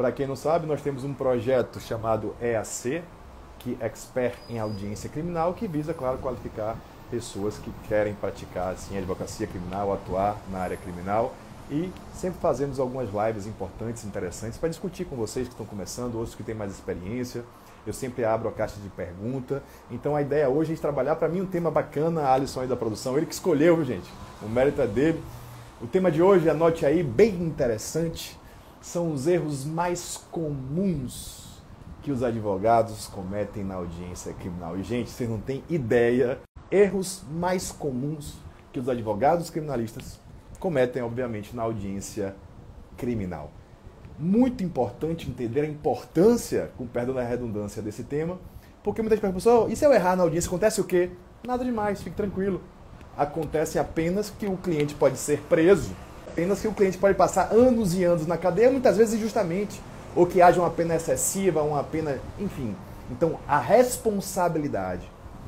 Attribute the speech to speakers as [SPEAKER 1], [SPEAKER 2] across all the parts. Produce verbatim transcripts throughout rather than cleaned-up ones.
[SPEAKER 1] Para quem não sabe, nós temos um projeto chamado E A C, que é Expert em Audiência Criminal, que visa, claro, qualificar pessoas que querem praticar assim, advocacia criminal, atuar na área criminal. E sempre fazemos algumas lives importantes, interessantes, para discutir com vocês que estão começando, outros que têm mais experiência. Eu sempre abro a caixa de pergunta. Então a ideia hoje é trabalhar, para mim, um tema bacana, a Alisson aí da produção, ele que escolheu, viu, gente? O mérito é dele. O tema de hoje, anote aí, bem interessante, são os erros mais comuns que os advogados cometem na audiência criminal. E, gente, vocês não têm ideia, erros mais comuns que os advogados criminalistas cometem, obviamente, na audiência criminal. Muito importante entender a importância, com perdão da redundância, desse tema, porque muita gente pergunta, professor, e se eu errar na audiência, acontece o quê? Nada demais, fique tranquilo. Acontece apenas que o cliente pode ser preso, apenas que o cliente pode passar anos e anos na cadeia, muitas vezes injustamente, ou que haja uma pena excessiva, uma pena, enfim. Então, a responsabilidade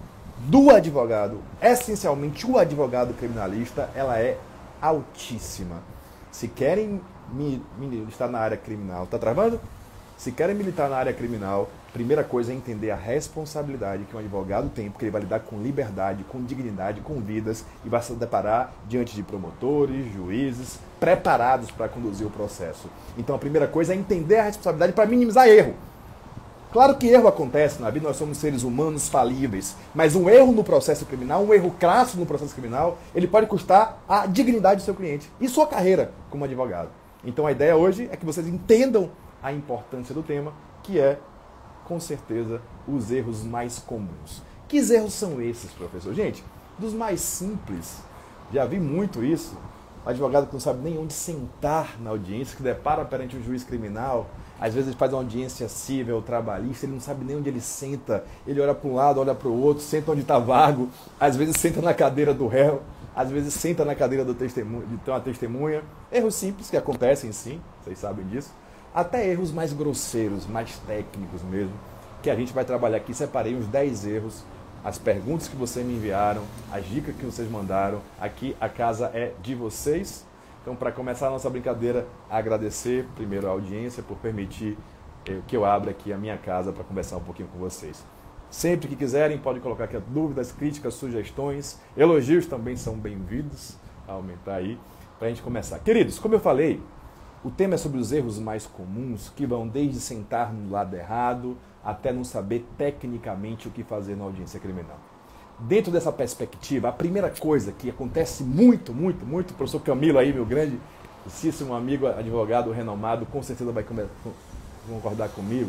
[SPEAKER 1] do advogado, essencialmente o advogado criminalista, ela é altíssima. Se querem militar na área criminal, tá travando? Se querem militar na área criminal, primeira coisa é entender a responsabilidade que um advogado tem, porque ele vai lidar com liberdade, com dignidade, com vidas, e vai se deparar diante de promotores, juízes, preparados para conduzir o processo. Então a primeira coisa é entender a responsabilidade para minimizar erro. Claro que erro acontece na vida, nós somos seres humanos falíveis, mas um erro no processo criminal, um erro crasso no processo criminal, ele pode custar a dignidade do seu cliente e sua carreira como advogado. Então a ideia hoje é que vocês entendam a importância do tema, que é, com certeza, os erros mais comuns. Que erros são esses, professor? Gente, dos mais simples, já vi muito isso, o advogado que não sabe nem onde sentar na audiência, que depara perante um juiz criminal, às vezes ele faz uma audiência civil, trabalhista, ele não sabe nem onde ele senta, ele olha para um lado, olha para o outro, senta onde está vago, às vezes senta na cadeira do réu, às vezes senta na cadeira do testemunha, de uma testemunha. Erros simples que acontecem sim, vocês sabem disso. Até erros mais grosseiros, mais técnicos mesmo, que a gente vai trabalhar aqui. Separei uns dez erros, as perguntas que vocês me enviaram, as dicas que vocês mandaram. Aqui a casa é de vocês. Então, para começar a nossa brincadeira, agradecer primeiro a audiência por permitir que eu abra aqui a minha casa para conversar um pouquinho com vocês. Sempre que quiserem, podem colocar aqui dúvidas, críticas, sugestões, elogios também são bem-vindos, aumentar aí, para a gente começar. Queridos, como eu falei, o tema é sobre os erros mais comuns, que vão desde sentar no lado errado, até não saber tecnicamente o que fazer na audiência criminal. Dentro dessa perspectiva, a primeira coisa que acontece muito, muito, muito, o professor Camilo aí, meu grande, um amigo advogado renomado, com certeza vai concordar comigo,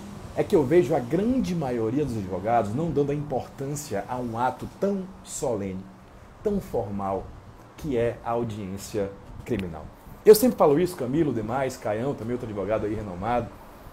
[SPEAKER 1] é que eu vejo a grande maioria dos advogados não dando a importância a um ato tão solene, tão formal, que é a audiência criminal. Eu sempre falo isso, Camilo, demais, Caião, também outro advogado aí renomado.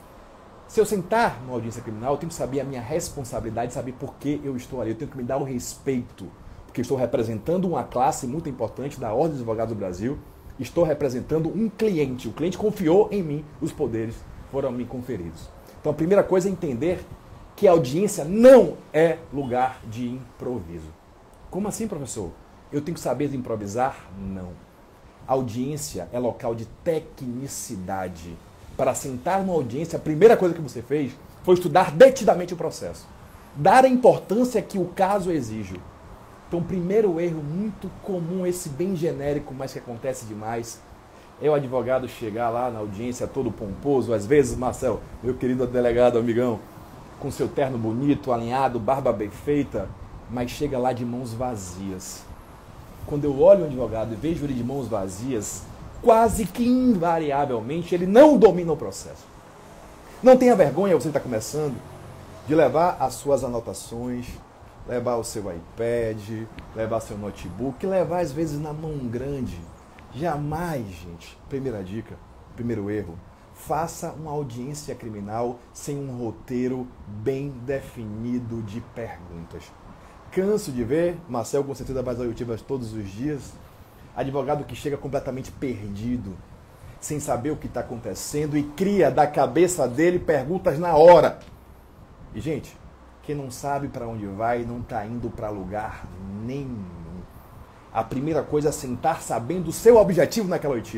[SPEAKER 1] Se eu sentar numa audiência criminal, eu tenho que saber a minha responsabilidade, saber por que eu estou ali. Eu tenho que me dar o respeito, porque estou representando uma classe muito importante da Ordem dos Advogados do Brasil. Estou representando um cliente. O cliente confiou em mim, os poderes foram me conferidos. Então a primeira coisa é entender que a audiência não é lugar de improviso. Como assim, professor? Eu tenho que saber improvisar? Não. A audiência é local de tecnicidade. Para sentar numa audiência, a primeira coisa que você fez foi estudar detidamente o processo. Dar a importância que o caso exige. Então, o primeiro erro muito comum, esse bem genérico, mas que acontece demais, é o advogado chegar lá na audiência todo pomposo, às vezes, Marcel, meu querido delegado, amigão, com seu terno bonito, alinhado, barba bem feita, mas chega lá de mãos vazias. Quando eu olho o advogado e vejo ele de mãos vazias, quase que invariavelmente ele não domina o processo. Não tenha vergonha, você está começando, de levar as suas anotações, levar o seu iPad, levar seu notebook, levar às vezes na mão grande. Jamais, gente, primeira dica, primeiro erro, faça uma audiência criminal sem um roteiro bem definido de perguntas. Canso de ver, Marcel com certeza faz auditivas todos os dias, advogado que chega completamente perdido, sem saber o que está acontecendo e cria da cabeça dele perguntas na hora. E, gente, quem não sabe para onde vai não está indo para lugar nenhum. A primeira coisa é sentar sabendo o seu objetivo naquela oitiva.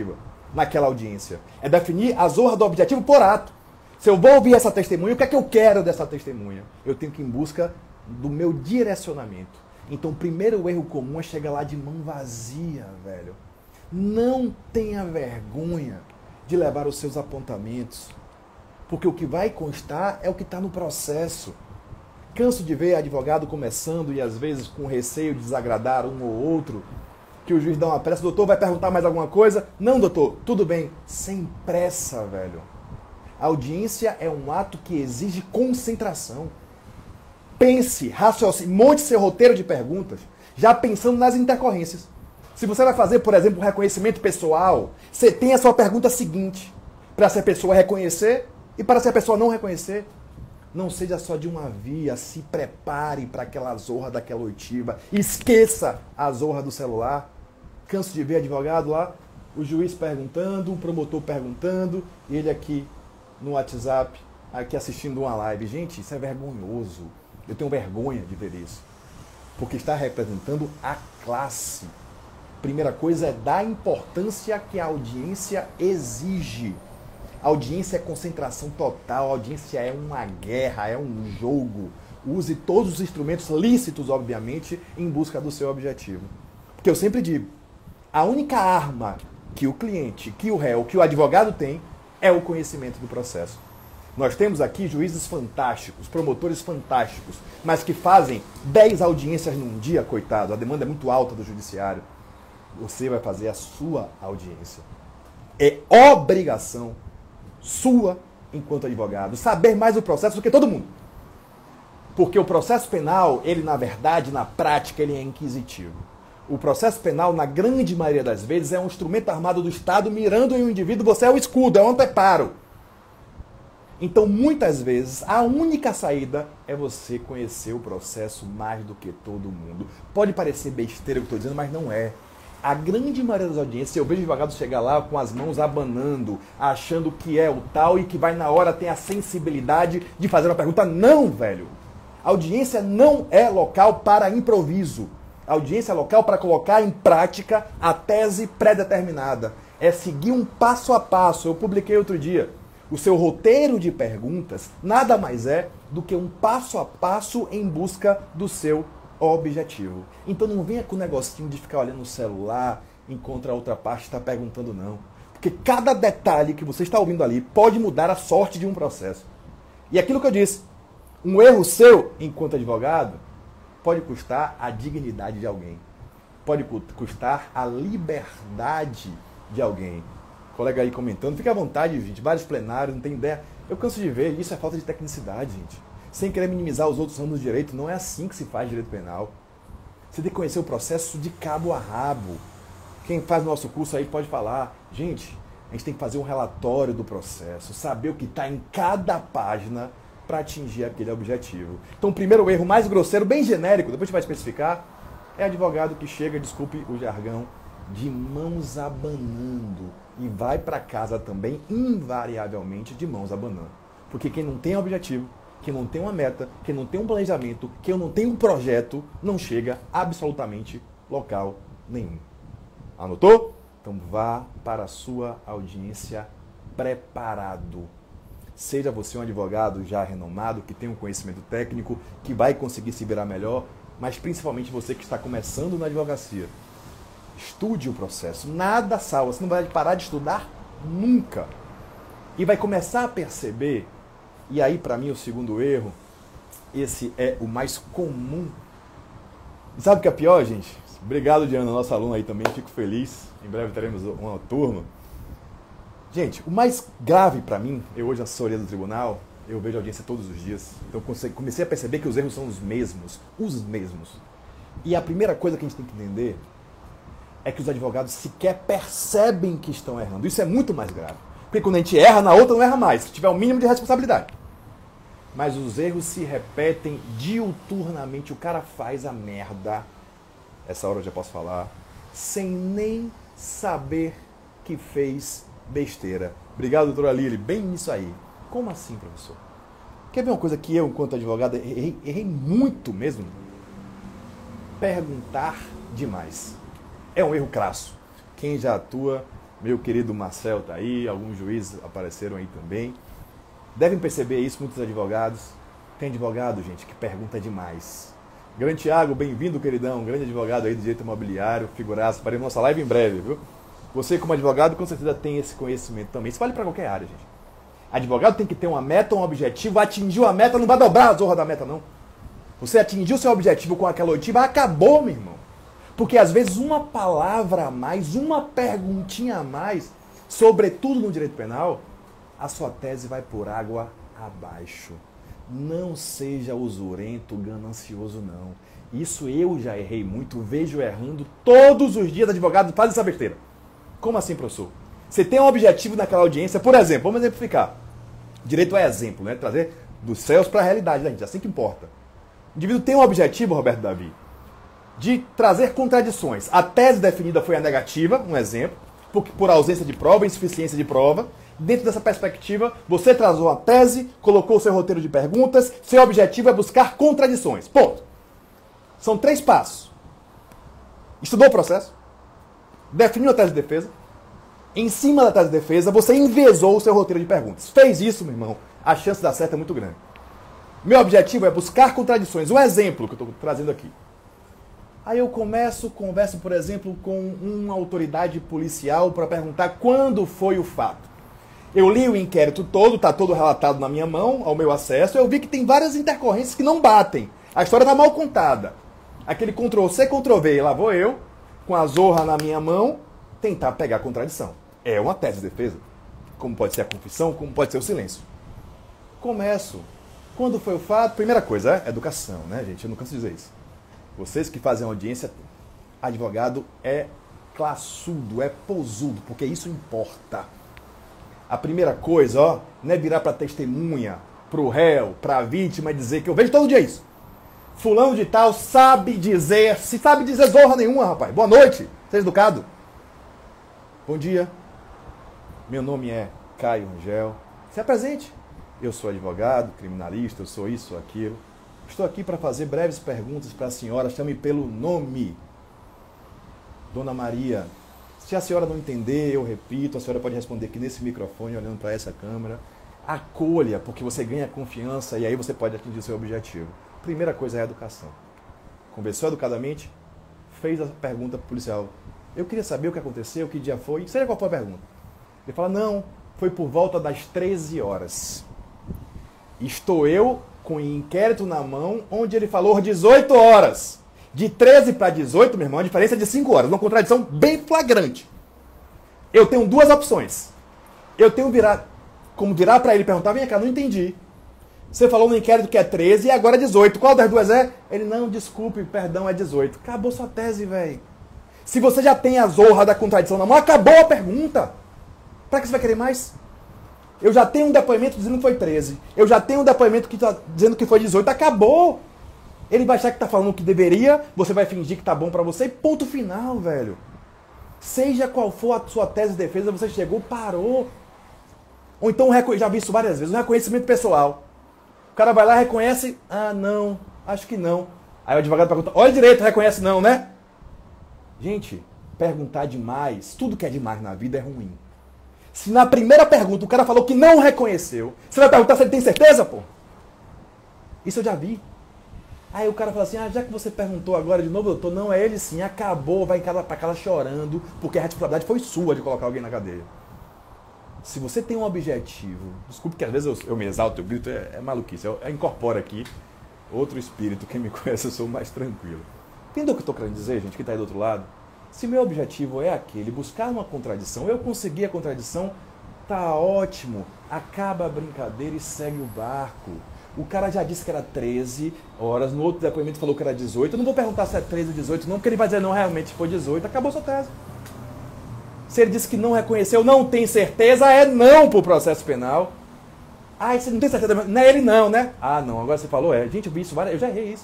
[SPEAKER 1] naquela audiência. É definir a zorra do objetivo por ato. Se eu vou ouvir essa testemunha, o que é que eu quero dessa testemunha? Eu tenho que ir em busca do meu direcionamento. Então, o primeiro erro comum é chegar lá de mão vazia, velho. Não tenha vergonha de levar os seus apontamentos. Porque o que vai constar é o que está no processo. Canso de ver advogado começando e às vezes com receio de desagradar um ou outro, que o juiz dá uma pressa, doutor, vai perguntar mais alguma coisa? Não, doutor, tudo bem. Sem pressa, velho. A audiência é um ato que exige concentração. Pense, raciocine, monte seu roteiro de perguntas, já pensando nas intercorrências. Se você vai fazer, por exemplo, um reconhecimento pessoal, você tem a sua pergunta seguinte, para se a pessoa reconhecer e para se a pessoa não reconhecer. Não seja só de uma via, se prepare para aquela zorra daquela oitiva. Esqueça a zorra do celular. Canso de ver advogado lá, o juiz perguntando, o promotor perguntando, e ele aqui no WhatsApp, aqui assistindo uma live. Gente, isso é vergonhoso. Eu tenho vergonha de ver isso. Porque está representando a classe. Primeira coisa é dar a importância que a audiência exige. A audiência é concentração total, a audiência é uma guerra, é um jogo. Use todos os instrumentos lícitos, obviamente, em busca do seu objetivo. Porque eu sempre digo, a única arma que o cliente, que o réu, que o advogado tem é o conhecimento do processo. Nós temos aqui juízes fantásticos, promotores fantásticos, mas que fazem dez audiências num dia, coitado, a demanda é muito alta do judiciário. Você vai fazer a sua audiência. É obrigação sua, enquanto advogado, saber mais do processo do que todo mundo. Porque o processo penal, ele na verdade, na prática, ele é inquisitivo. O processo penal, na grande maioria das vezes, é um instrumento armado do Estado mirando em um indivíduo, você é o escudo, é o anteparo. Então, muitas vezes, a única saída é você conhecer o processo mais do que todo mundo. Pode parecer besteira o que eu estou dizendo, mas não é. A grande maioria das audiências, eu vejo advogados chegar lá com as mãos abanando, achando que é o tal e que vai na hora ter a sensibilidade de fazer uma pergunta. Não, velho! A audiência não é local para improviso. A audiência é local para colocar em prática a tese pré-determinada. É seguir um passo a passo. Eu publiquei outro dia. O seu roteiro de perguntas nada mais é do que um passo a passo em busca do seu objetivo. Então não venha com o negocinho de ficar olhando no celular enquanto a outra parte está perguntando, não. Porque cada detalhe que você está ouvindo ali pode mudar a sorte de um processo. E aquilo que eu disse, um erro seu enquanto advogado pode custar a dignidade de alguém. Pode custar a liberdade de alguém. Colega aí comentando, fica à vontade, gente, vários plenários, não tem ideia. Eu canso de ver, isso é falta de tecnicidade, gente. Sem querer minimizar os outros ramos do direito, não é assim que se faz direito penal. Você tem que conhecer o processo de cabo a rabo. Quem faz o nosso curso aí pode falar, gente, a gente tem que fazer um relatório do processo, saber o que está em cada página para atingir aquele objetivo. Então, o primeiro erro mais grosseiro, bem genérico, depois a gente vai especificar, é advogado que chega, desculpe o jargão, de mãos abanando e vai para casa também, invariavelmente, de mãos abanando. Porque quem não tem objetivo, quem não tem uma meta, quem não tem um planejamento, quem não tem um projeto, não chega absolutamente local nenhum. Anotou? Então vá para a sua audiência preparado. Seja você um advogado já renomado, que tem um conhecimento técnico, que vai conseguir se virar melhor, mas principalmente você que está começando na advocacia. Estude o processo. Nada salva. Você não vai parar de estudar nunca. E vai começar a perceber, e aí para mim o segundo erro, esse é o mais comum. E sabe o que é pior, gente? Obrigado, Diana, nossa aluna aí também, fico feliz. Em breve teremos uma turma. Gente, o mais grave para mim, eu hoje assessoria do tribunal, eu vejo audiência todos os dias, então comecei a perceber que os erros são os mesmos, os mesmos. E a primeira coisa que a gente tem que entender é que os advogados sequer percebem que estão errando. Isso é muito mais grave. Porque quando a gente erra, na outra não erra mais, se tiver o mínimo de responsabilidade. Mas os erros se repetem diuturnamente, o cara faz a merda, essa hora eu já posso falar, sem nem saber que fez besteira. Obrigado, doutora Lili. Bem nisso aí. Como assim, professor? Quer ver uma coisa que eu, enquanto advogado, errei, errei muito mesmo? Perguntar demais. É um erro crasso. Quem já atua Meu querido Marcel está aí, alguns juízes apareceram aí também. Devem perceber isso muitos advogados. Tem advogado, gente, que pergunta demais. Grande Thiago, bem-vindo, queridão. Grande advogado aí do direito imobiliário, figuraço. Faremos nossa live em breve, viu? Você, como advogado, com certeza tem esse conhecimento também. Isso vale para qualquer área, gente. Advogado tem que ter uma meta, um objetivo. Atingiu a meta, não vai dobrar a zorra da meta, não. Você atingiu seu objetivo com aquela oitiva, acabou, meu irmão. Porque às vezes uma palavra a mais, uma perguntinha a mais, sobretudo no direito penal, a sua tese vai por água abaixo. Não seja usurento, ganancioso, não. Isso eu já errei muito, vejo errando todos os dias. Advogados fazem essa besteira. Como assim, professor? Você tem um objetivo naquela audiência, por exemplo, vamos exemplificar. Direito é exemplo, né? Trazer dos céus para a realidade da gente, assim que importa. O indivíduo tem um objetivo, Roberto Davi, de trazer contradições. A tese definida foi a negativa, um exemplo, por, por ausência de prova, insuficiência de prova. Dentro dessa perspectiva, você trazou a tese, colocou o seu roteiro de perguntas, seu objetivo é buscar contradições. Ponto. São três passos. Estudou o processo, definiu a tese de defesa, em cima da tese de defesa, você envezou o seu roteiro de perguntas. Fez isso, meu irmão, a chance de dar certo é muito grande. Meu objetivo é buscar contradições. Um exemplo que eu estou trazendo aqui. Aí eu começo, converso, por exemplo, com uma autoridade policial para perguntar quando foi o fato. Eu li o inquérito todo, está todo relatado na minha mão, ao meu acesso, eu vi que tem várias intercorrências que não batem. A história está mal contada. Aquele control C, control V, e lá vou eu, com a zorra na minha mão, tentar pegar a contradição. É uma tese de defesa. Como pode ser a confissão, como pode ser o silêncio. Começo. Quando foi o fato? Primeira coisa, é educação, né, gente? Eu não canso de dizer isso. Vocês que fazem audiência, advogado é classudo, é pousudo, porque isso importa. A primeira coisa, ó, não é virar para testemunha, para o réu, para a vítima e dizer que eu vejo todo dia isso. Fulano de tal sabe dizer, se sabe dizer zorra nenhuma, rapaz. Boa noite, seja educado. Bom dia, meu nome é Caio Rangel. Se apresente. Eu sou advogado, criminalista, eu sou isso, aquilo. Estou aqui para fazer breves perguntas para a senhora, chame pelo nome. Dona Maria, se a senhora não entender, eu repito, a senhora pode responder aqui nesse microfone, olhando para essa câmera. Acolha, porque você ganha confiança e aí você pode atingir o seu objetivo. Primeira coisa é a educação. Conversou educadamente, fez a pergunta policial. Eu queria saber o que aconteceu, que dia foi, seja qual for a pergunta. Ele fala, não, foi por volta das treze horas. Estou eu com o inquérito na mão, onde ele falou dezoito horas. De treze para dezoito, meu irmão, a diferença é de cinco horas. Uma contradição bem flagrante. Eu tenho duas opções. Eu tenho virar, como virar para ele e perguntar, vem cá, não entendi. Você falou no inquérito que é treze e agora é dezoito. Qual das duas é? Ele, não, desculpe, perdão, é dezoito. Acabou sua tese, velho. Se você já tem a zorra da contradição na mão, acabou a pergunta. Para que você vai querer mais? Eu já tenho um depoimento dizendo que foi treze. Eu já tenho um depoimento que está dizendo que foi dezoito. Acabou. Ele vai achar que está falando o que deveria, você vai fingir que está bom para você e ponto final, velho. Seja qual for a sua tese de defesa, você chegou, parou. Ou então, já vi isso várias vezes, um reconhecimento pessoal. O cara vai lá e reconhece, ah, não, acho que não. Aí o advogado pergunta, olha direito, reconhece não, né? Gente, perguntar demais, tudo que é demais na vida é ruim. Se na primeira pergunta o cara falou que não reconheceu, você vai perguntar se ele tem certeza, pô? Isso eu já vi. Aí o cara fala assim, ah, já que você perguntou agora de novo, doutor, não, é ele sim, acabou, vai para casa chorando, porque a responsabilidade foi sua de colocar alguém na cadeia. Se você tem um objetivo, desculpe que às vezes eu, eu me exalto, eu grito, é, é maluquice, eu, eu incorporo aqui outro espírito, quem me conhece eu sou mais tranquilo. Entendeu o que eu estou querendo dizer, gente, que está aí do outro lado? Se meu objetivo é aquele, buscar uma contradição, eu conseguir a contradição, tá ótimo, acaba a brincadeira e segue o barco. O cara já disse que era treze horas, no outro depoimento falou que era dezoito, eu não vou perguntar se é treze ou dezoito não, porque ele vai dizer não, realmente foi dezoito, acabou sua tese. Se ele disse que não reconheceu, não tem certeza, é não pro processo penal. Ah, você não tem certeza, não é ele não, né? Ah, não, agora você falou, é. Gente, eu vi isso, eu já errei isso.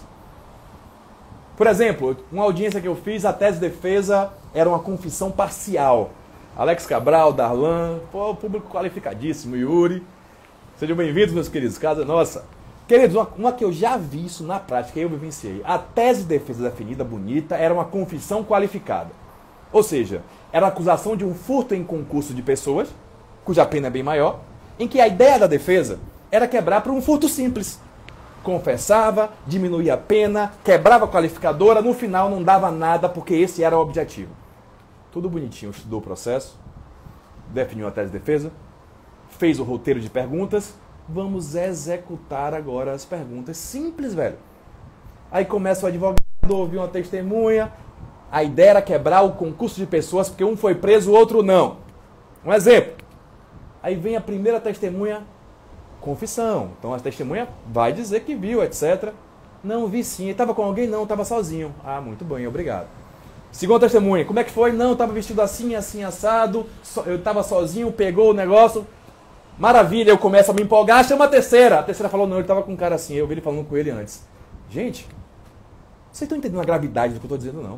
[SPEAKER 1] Por exemplo, uma audiência que eu fiz, a tese de defesa era uma confissão parcial. Alex Cabral, Darlan, pô, público qualificadíssimo, Yuri. Sejam bem-vindos, meus queridos, casa nossa. Queridos, uma, uma que eu já vi isso na prática, eu vivenciei. A tese de defesa definida, bonita, era uma confissão qualificada. Ou seja, era a acusação de um furto em concurso de pessoas, cuja pena é bem maior, em que a ideia da defesa era quebrar para um furto simples. Confessava, diminuía a pena, quebrava a qualificadora, no final não dava nada porque esse era o objetivo. Tudo bonitinho, estudou o processo, definiu a tese de defesa, fez o roteiro de perguntas, vamos executar agora as perguntas. Simples, velho. Aí começa o advogado, ouviu uma testemunha, a ideia era quebrar o concurso de pessoas porque um foi preso, o outro não. Um exemplo. Aí vem a primeira testemunha, confissão. Então a testemunha vai dizer que viu, etcétera. Não, vi sim. Estava com alguém? Não, estava sozinho. Ah, muito bem, obrigado. Segunda testemunha, como é que foi? Não, estava vestido assim, assim, assado. Eu estava sozinho, pegou o negócio. Maravilha, eu começo a me empolgar, chama a terceira. A terceira falou, não, ele estava com um cara assim. Eu vi ele falando com ele antes. Gente, vocês estão entendendo a gravidade do que eu estou dizendo, não?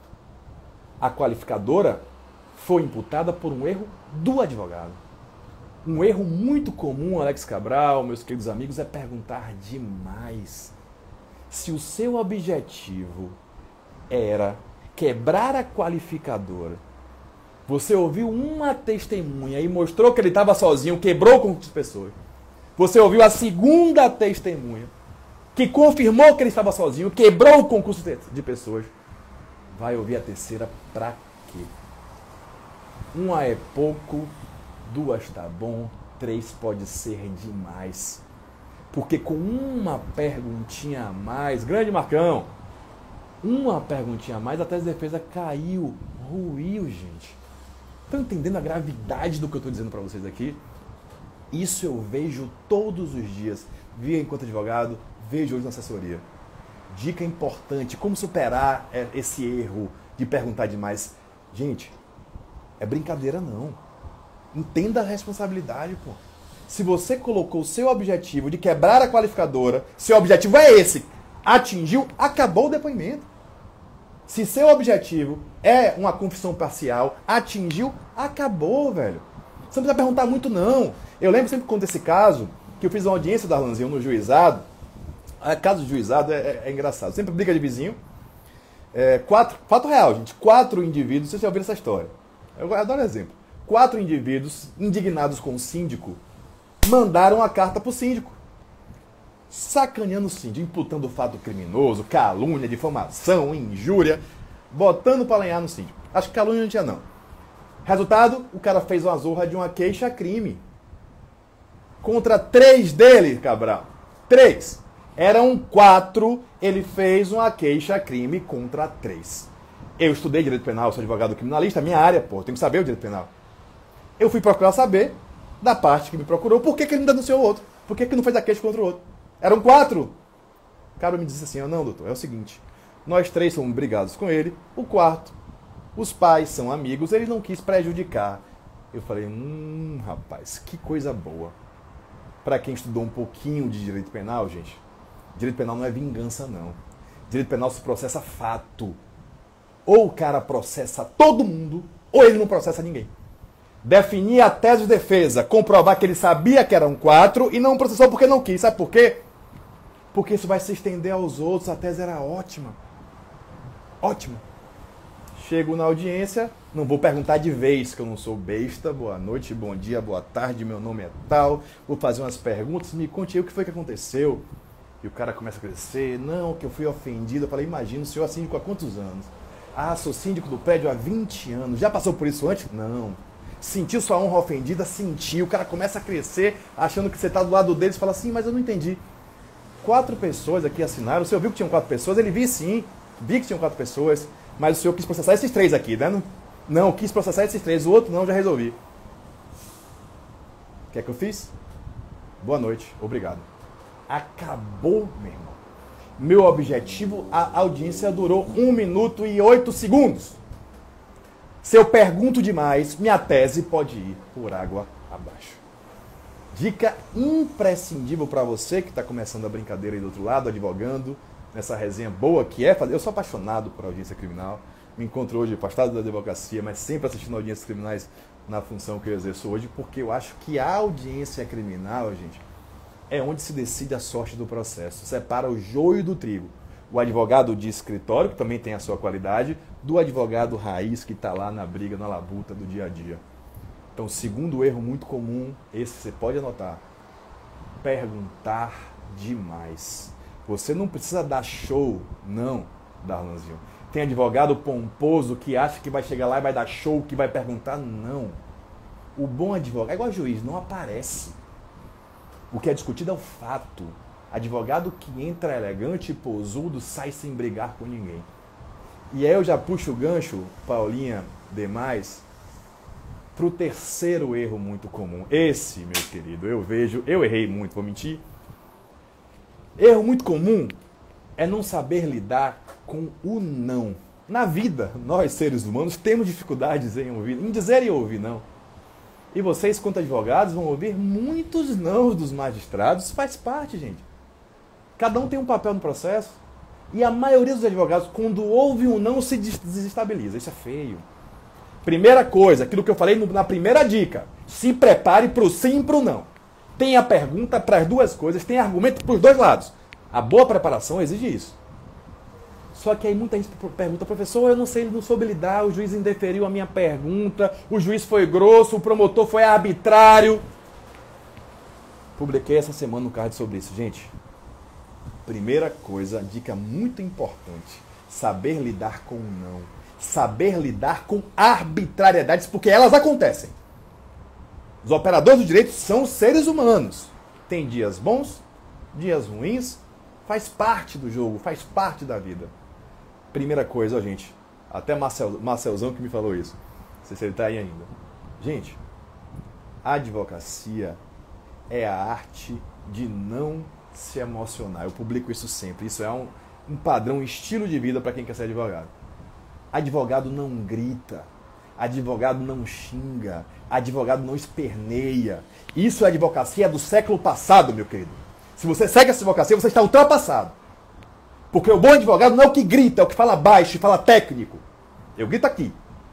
[SPEAKER 1] A qualificadora foi imputada por um erro do advogado. Um erro muito comum, Alex Cabral, meus queridos amigos, é perguntar demais. Se o seu objetivo era quebrar a qualificadora, você ouviu uma testemunha e mostrou que ele estava sozinho, quebrou o concurso de pessoas. Você ouviu a segunda testemunha, que confirmou que ele estava sozinho, quebrou o concurso de pessoas. Vai ouvir a terceira pra quê? Uma é pouco, duas tá bom, três pode ser demais. Porque com uma perguntinha a mais, grande Marcão, uma perguntinha a mais, a tese de defesa caiu, ruiu, gente. Estão entendendo a gravidade do que eu estou dizendo para vocês aqui? Isso eu vejo todos os dias, via enquanto advogado, vejo hoje na assessoria. Dica importante, como superar esse erro de perguntar demais. Gente, é brincadeira não. Entenda a responsabilidade, pô. Se você colocou o seu objetivo de quebrar a qualificadora, seu objetivo é esse, atingiu, acabou o depoimento. Se seu objetivo é uma confissão parcial, atingiu, acabou, velho. Você não precisa perguntar muito, não. Eu lembro sempre que conta esse caso, que eu fiz uma audiência da Arlanzinho no juizado. A caso de juizado é, é, é engraçado. Sempre briga de vizinho. É, quatro, fato real, gente. Quatro indivíduos, vocês já ouviram essa história. Eu adoro exemplo. Quatro indivíduos, indignados com o síndico, mandaram a carta pro síndico. Sacaneando o síndico, imputando fato criminoso, calúnia, difamação, injúria, botando para lenhar no síndico. Acho que calúnia não tinha, não. Resultado, o cara fez uma zorra de uma queixa-crime. Contra três dele, Cabral. Três. Eram quatro, ele fez uma queixa-crime contra três. Eu estudei direito penal, sou advogado criminalista, minha área, pô, tenho que saber o direito penal. Eu fui procurar saber, da parte que me procurou, por que, que ele não denunciou o outro? Por que, que não fez a queixa contra o outro? Eram quatro. O cara me disse assim, não, doutor, é o seguinte, nós três somos brigados com ele, o quarto, os pais são amigos, ele não quis prejudicar. Eu falei, hum, rapaz, que coisa boa. Para quem estudou um pouquinho de direito penal, gente, direito penal não é vingança, não. Direito penal se processa fato. Ou o cara processa todo mundo, ou ele não processa ninguém. Definir a tese de defesa, comprovar que ele sabia que eram quatro e não processou porque não quis. Sabe por quê? Porque isso vai se estender aos outros. A tese era ótima. Ótima. Chego na audiência, não vou perguntar de vez, que eu não sou besta. Boa noite, bom dia, boa tarde, meu nome é tal. Vou fazer umas perguntas, me conte aí o que foi que aconteceu. E o cara começa a crescer. Não, que eu fui ofendido. Eu falei, imagina, o senhor é síndico há quantos anos? Ah, sou síndico do prédio há vinte anos. Já passou por isso antes? Não. Sentiu sua honra ofendida? Sentiu. O cara começa a crescer, achando que você está do lado deles e fala assim, mas eu não entendi. Quatro pessoas aqui assinaram. O senhor viu que tinham quatro pessoas? Ele viu sim. Vi que tinham quatro pessoas. Mas o senhor quis processar esses três aqui, né? Não, não quis processar esses três. O outro não, já resolvi. O que é que eu fiz? Boa noite. Obrigado. Acabou, meu irmão. Meu objetivo, a audiência durou um minuto e oito segundos. Se eu pergunto demais, minha tese pode ir por água abaixo. Dica imprescindível para você que está começando a brincadeira aí do outro lado, advogando, nessa resenha boa que é fazer. Eu sou apaixonado por audiência criminal. Me encontro hoje afastado da advocacia, mas sempre assistindo audiências criminais na função que eu exerço hoje, porque eu acho que a audiência criminal, gente, é onde se decide a sorte do processo. Separa o joio do trigo. o advogado de escritório, que também tem a sua qualidade, do advogado raiz que está lá na briga, na labuta do dia a dia. Então, segundo erro muito comum, esse você pode anotar, perguntar demais. Você não precisa dar show, não, Darlanzinho. Tem advogado pomposo que acha que vai chegar lá e vai dar show, que vai perguntar, não. O bom advogado, é igual juiz, não aparece. O que é discutido é o fato. Advogado que entra elegante e posudo sai sem brigar com ninguém. E aí eu já puxo o gancho, Paulinha, demais, para o terceiro erro muito comum. Esse, meu querido, eu vejo, eu errei muito, vou mentir. Erro muito comum é não saber lidar com o não. Na vida, nós seres humanos temos dificuldades em ouvir, em dizer e ouvir não. E vocês, quanto advogados, vão ouvir muitos nãos dos magistrados, faz parte, gente. Cada um tem um papel no processo. E a maioria dos advogados, quando ouve um não, se desestabiliza. Isso é feio. Primeira coisa, aquilo que eu falei na primeira dica. Se prepare para o sim e para o não. Tem a pergunta para as duas coisas, tem argumento para os dois lados. A boa preparação exige isso. Só que aí muita gente pergunta, professor, eu não sei, ele não soube lidar, o juiz indeferiu a minha pergunta, o juiz foi grosso, o promotor foi arbitrário. Publiquei essa semana um card sobre isso. Gente, primeira coisa, dica muito importante, saber lidar com o não. Saber lidar com arbitrariedades, porque elas acontecem. Os operadores do direito são seres humanos. Tem dias bons, dias ruins, faz parte do jogo, faz parte da vida. Primeira coisa, ó, gente, até Marcel, Marcelzão que me falou isso. Não sei se ele está aí ainda. Gente, a advocacia é a arte de não se emocionar. Eu publico isso sempre. Isso é um, um padrão, um estilo de vida para quem quer ser advogado. Advogado não grita, advogado não xinga, advogado não esperneia. Isso é advocacia do século passado, meu querido. Se você segue essa advocacia, você está ultrapassado. Porque o bom advogado não é o que grita, é o que fala baixo, fala técnico. Eu grito aqui.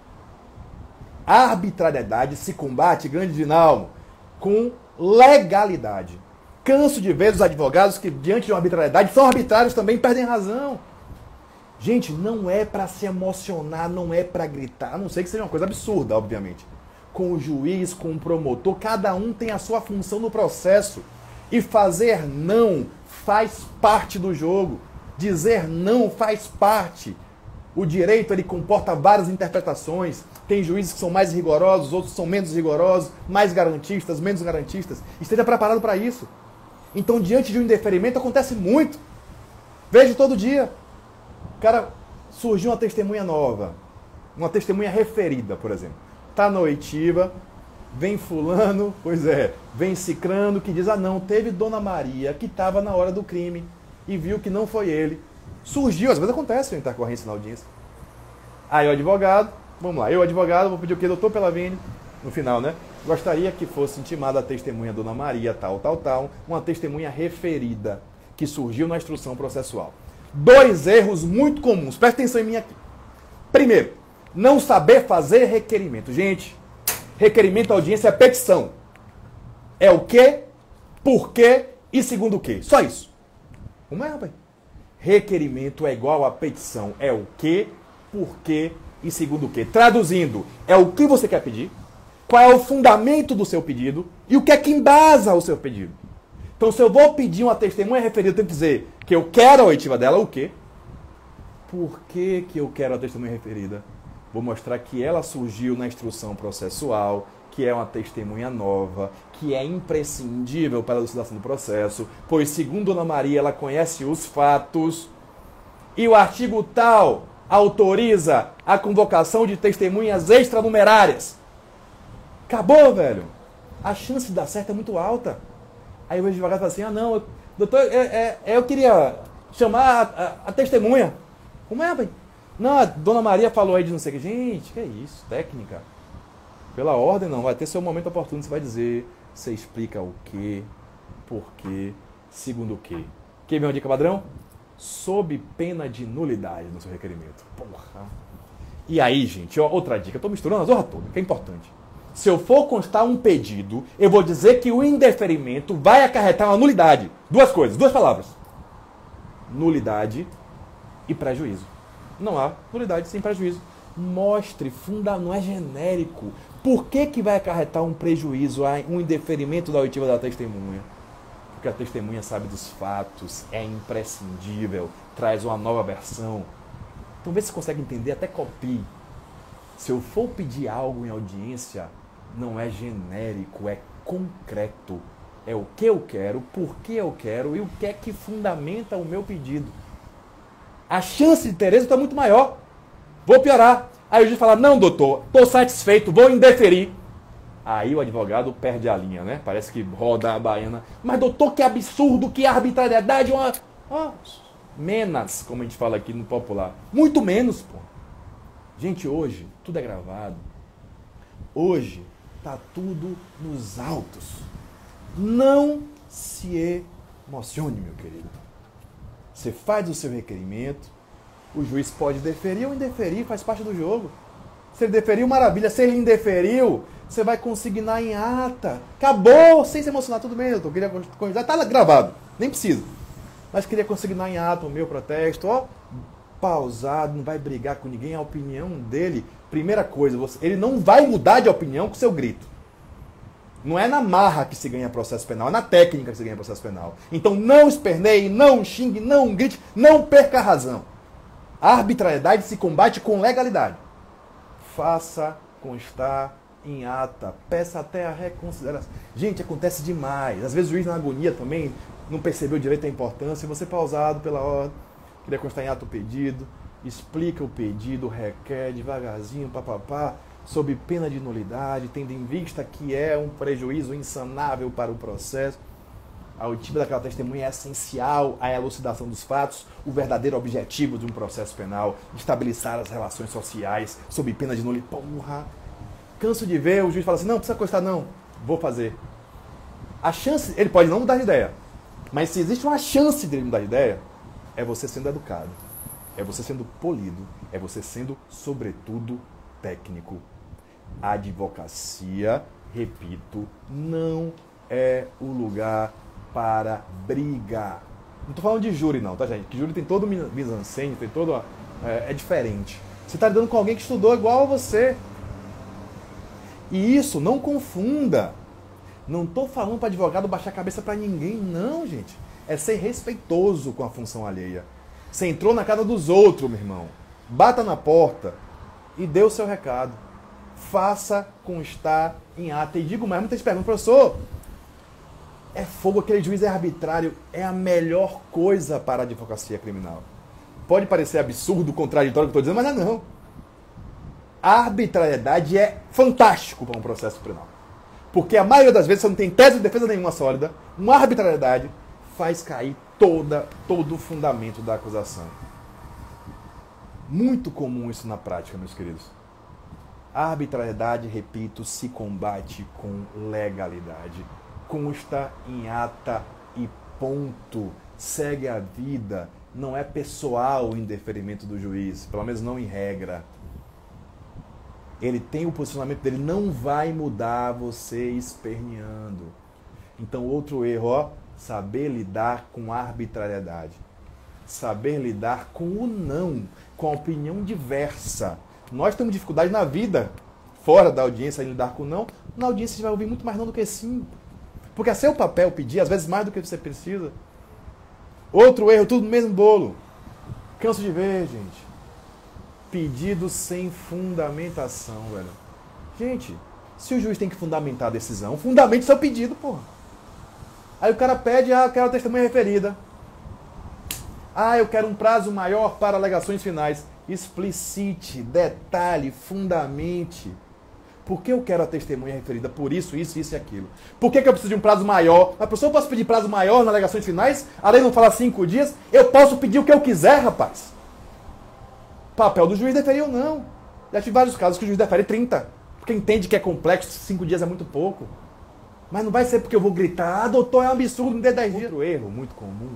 [SPEAKER 1] A arbitrariedade se combate, grande Dinalmo, com legalidade. Canso de ver os advogados que, diante de uma arbitrariedade, são arbitrários também, perdem razão. Gente, não é para se emocionar, não é para gritar, a não ser que seja uma coisa absurda, obviamente. Com o juiz, com o promotor, cada um tem a sua função no processo. E fazer não faz parte do jogo. Dizer não faz parte. O direito, ele comporta várias interpretações. Tem juízes que são mais rigorosos, outros são menos rigorosos, mais garantistas, menos garantistas. Esteja preparado para isso. Então, diante de um indeferimento, acontece muito. Vejo todo dia. Cara, surgiu uma testemunha nova. Uma testemunha referida, por exemplo. Está na oitiva, vem fulano, pois é, vem cicrano, que diz, ah não, teve Dona Maria, que estava na hora do crime, e viu que não foi ele. Surgiu, às vezes acontece uma intercorrência na audiência. Aí o advogado, vamos lá, eu advogado, vou pedir o quê? Doutor Pelavini, no final, né? Gostaria que fosse intimada a testemunha Dona Maria, tal, tal, tal, uma testemunha referida, que surgiu na instrução processual. Dois erros muito comuns, presta atenção em mim aqui. Primeiro, não saber fazer requerimento. Gente, requerimento à audiência é petição. É o quê, por quê e segundo o quê. Só isso. Como é, rapaz? Requerimento é igual a petição. É o quê, por quê e segundo o quê. Traduzindo, é o que você quer pedir, qual é o fundamento do seu pedido e o que é que embasa o seu pedido. Então, se eu vou pedir uma testemunha referida, eu tenho que dizer que eu quero a oitiva dela, o quê? Por que que eu quero a testemunha referida? Vou mostrar que ela surgiu na instrução processual, que é uma testemunha nova, que é imprescindível para a elucidação do processo, pois, segundo Dona Maria, ela conhece os fatos, e o artigo tal autoriza a convocação de testemunhas extranumerárias. Acabou, velho. A chance de dar certo é muito alta. Aí o advogado fala assim, ah não, doutor, é, é, eu queria chamar a, a, a testemunha. Como é, velho? Não, a Dona Maria falou aí de não sei o que. Gente, que é isso? Técnica. Pela ordem não, vai ter seu momento oportuno, você vai dizer, você explica o quê, por quê, segundo o quê. Quer ver uma dica padrão? Sob pena de nulidade no seu requerimento. Porra. E aí, gente, ó, outra dica, eu tô misturando a zorra toda, que é importante. Se eu for constar um pedido, eu vou dizer que o indeferimento vai acarretar uma nulidade. Duas coisas, duas palavras. Nulidade e prejuízo. Não há nulidade sem prejuízo. Mostre, funda, não é genérico. Por que, que vai acarretar um prejuízo, um indeferimento da oitiva da testemunha? Porque a testemunha sabe dos fatos, é imprescindível, traz uma nova versão. Então vê se consegue entender, até copie. Se eu for pedir algo em audiência, não é genérico, é concreto. É o que eu quero, por que eu quero e o que é que fundamenta o meu pedido. A chance de ter êxito é muito maior. Vou piorar. Aí o juiz fala, não, doutor, estou satisfeito, vou indeferir. Aí o advogado perde a linha, né? Parece que roda a baiana. Mas doutor, que absurdo, que arbitrariedade. Uma... Ah, menos, como a gente fala aqui no popular. Muito menos, pô. Gente, hoje tudo é gravado. Hoje tá tudo nos autos. Não se emocione, meu querido. Você faz o seu requerimento, o juiz pode deferir ou indeferir, faz parte do jogo. Se ele deferiu, maravilha. Se ele indeferiu, você vai consignar em ata. Acabou, sem se emocionar. Tudo bem, doutor, queria consignar. Tá gravado, nem precisa. Mas queria consignar em ata o meu protesto. Ó, pausado, não vai brigar com ninguém. A opinião dele, primeira coisa, você, ele não vai mudar de opinião com seu grito. Não é na marra que se ganha processo penal, é na técnica que se ganha processo penal. Então não esperneie, não xingue, não grite, não perca a razão. A arbitrariedade se combate com legalidade. Faça constar em ata, peça até a reconsideração. Gente, acontece demais. Às vezes o juiz na agonia também não percebeu direito a importância, você pausado pela ordem, queria constar em ata o pedido, explica o pedido, requer devagarzinho, papapá, sob pena de nulidade, tendo em vista que é um prejuízo insanável para o processo. A oitiva daquela testemunha é essencial à elucidação dos fatos, o verdadeiro objetivo de um processo penal, estabilizar as relações sociais, sob pena de nulidade. Porra! Canso de ver, o juiz fala assim, não, precisa constar não, vou fazer. A chance, ele pode não mudar de ideia, mas se existe uma chance de ele mudar de ideia, é você sendo educado, é você sendo polido, é você sendo, sobretudo, técnico. A advocacia, repito, não é o lugar para brigar. Não estou falando de júri não, tá, gente? Que júri tem todo mise-en-scène, tem todo... É, é diferente. Você está lidando com alguém que estudou igual a você. E isso, não confunda. Não estou falando para advogado baixar a cabeça para ninguém, não, gente. É ser respeitoso com a função alheia. Você entrou na casa dos outros, meu irmão. Bata na porta e dê o seu recado. Faça constar em ata. E digo mais, muita gente pergunta, professor, é fogo, aquele juiz é arbitrário. É a melhor coisa para a advocacia criminal. Pode parecer absurdo, contraditório o que eu estou dizendo, mas não é não. A arbitrariedade é fantástico para um processo penal. Porque a maioria das vezes você não tem tese de defesa nenhuma sólida, uma arbitrariedade faz cair toda, todo o fundamento da acusação. Muito comum isso na prática, meus queridos. A arbitrariedade, repito, se combate com legalidade. Consta em ata e ponto. Segue a vida. Não é pessoal o indeferimento do juiz, pelo menos não em regra. Ele tem o posicionamento dele, não vai mudar você esperneando. Então, outro erro, ó, saber lidar com a arbitrariedade. Saber lidar com o não, com a opinião diversa. Nós temos dificuldade na vida, fora da audiência, em lidar com o não. Na audiência você vai ouvir muito mais não do que sim. Porque é seu papel pedir, às vezes mais do que você precisa. Outro erro, tudo no mesmo bolo. Canso de ver, gente. Pedido sem fundamentação, velho. Gente, se o juiz tem que fundamentar a decisão, fundamente seu pedido, porra. Aí o cara pede, ah, eu quero a testemunha referida. Ah, eu quero um prazo maior para alegações finais. Explicite, detalhe, fundamente. Por que eu quero a testemunha referida? Por isso, isso, isso e aquilo. Por que, que eu preciso de um prazo maior? Mas, professor, eu posso pedir prazo maior nas alegações finais? A lei não fala cinco dias? Eu posso pedir o que eu quiser, rapaz. Papel do juiz deferir ou não. Já tive vários casos que o juiz defere trinta. Porque entende que é complexo, cinco dias é muito pouco. Mas não vai ser porque eu vou gritar, ah, doutor, é um absurdo, me dê dez dias. Outro erro muito comum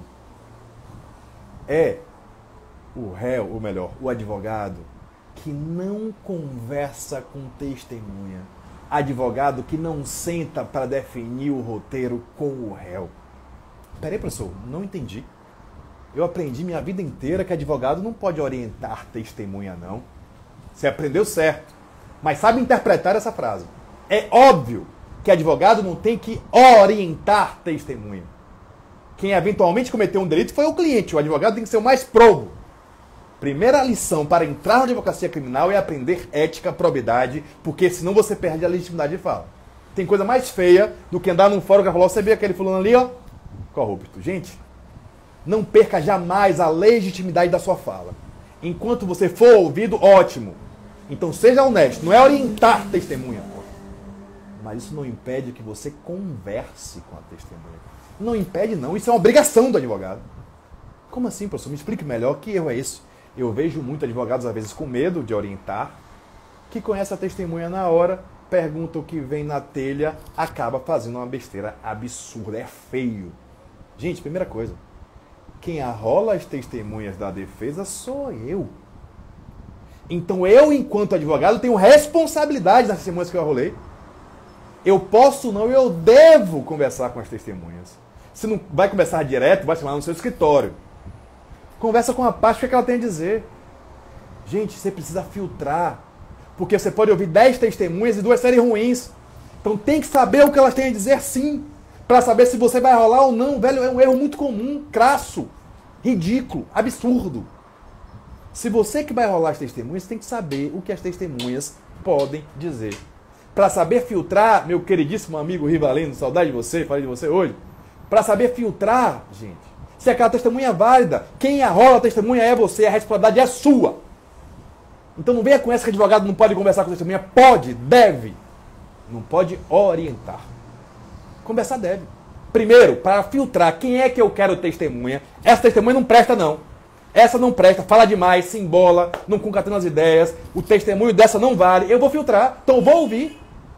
[SPEAKER 1] é o réu, ou melhor, o advogado, que não conversa com testemunha. Advogado que não senta para definir o roteiro com o réu. Peraí, professor, não entendi. Eu aprendi minha vida inteira que advogado não pode orientar testemunha, não. Você aprendeu certo. Mas sabe interpretar essa frase. É óbvio que advogado não tem que orientar testemunha. Quem eventualmente cometeu um delito foi o cliente. O advogado tem que ser o mais probo. Primeira lição para entrar na advocacia criminal é aprender ética, probidade, porque senão você perde a legitimidade de fala. Tem coisa mais feia do que andar num fórum que falou, você vê aquele fulano ali, ó, corrupto. Gente, não perca jamais a legitimidade da sua fala. Enquanto você for ouvido, ótimo. Então seja honesto, não é orientar testemunha. Mas isso não impede que você converse com a testemunha. Não impede não, isso é uma obrigação do advogado. Como assim, professor? Me explique melhor, que erro é esse? Eu vejo muitos advogados, às vezes, com medo de orientar, que conhece a testemunha na hora, pergunta o que vem na telha, acaba fazendo uma besteira absurda, é feio. Gente, primeira coisa, quem arrola as testemunhas da defesa sou eu. Então eu, enquanto advogado, tenho responsabilidade das testemunhas que eu arrolei. Eu posso não, eu devo conversar com as testemunhas. Se não vai conversar direto, vai chamar no seu escritório. Conversa com a parte, o que, é que ela tem a dizer. Gente, você precisa filtrar. Porque você pode ouvir dez testemunhas e duas serem ruins. Então tem que saber o que elas têm a dizer sim. Para saber se você vai rolar ou não. Velho, é um erro muito comum, crasso, ridículo, absurdo. Se você que vai rolar as testemunhas, tem que saber o que as testemunhas podem dizer. Para saber filtrar, meu queridíssimo amigo Rivalino, saudade de você, falei de você hoje. Para saber filtrar, gente, se aquela testemunha é válida, quem arrola a testemunha é você, a responsabilidade é sua. Então não venha com essa que advogado não pode conversar com a testemunha. Pode, deve. Não pode orientar. Conversar deve. Primeiro, para filtrar quem é que eu quero testemunha, essa testemunha não presta não. Essa não presta, fala demais, se embola, não concatena as ideias, o testemunho dessa não vale, eu vou filtrar, então eu vou ouvir.